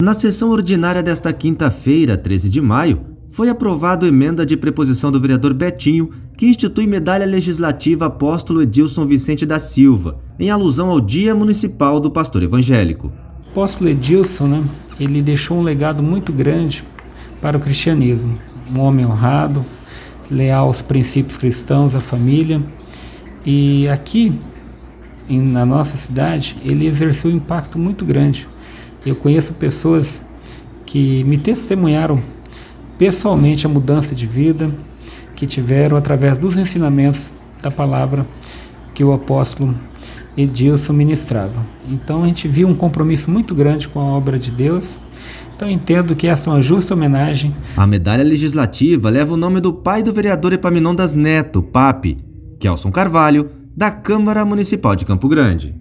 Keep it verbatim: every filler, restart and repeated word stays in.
Na sessão ordinária desta quinta-feira, treze de maio, foi aprovada a emenda de preposição do vereador Betinho, que institui medalha legislativa Apóstolo Edilson Vicente da Silva, em alusão ao Dia Municipal do Pastor Evangélico. O apóstolo Edilson, né, ele deixou um legado muito grande para o cristianismo. Um homem honrado, leal aos princípios cristãos, à família. E aqui, em, na nossa cidade, ele exerceu um impacto muito grande. Eu conheço pessoas que me testemunharam pessoalmente a mudança de vida que tiveram através dos ensinamentos da palavra que o apóstolo Edilson ministrava. Então a gente viu um compromisso muito grande com a obra de Deus. Então entendo que essa é uma justa homenagem. A medalha legislativa leva o nome do pai do vereador Epaminondas Neto, Papi, Kelson Carvalho, da Câmara Municipal de Campo Grande.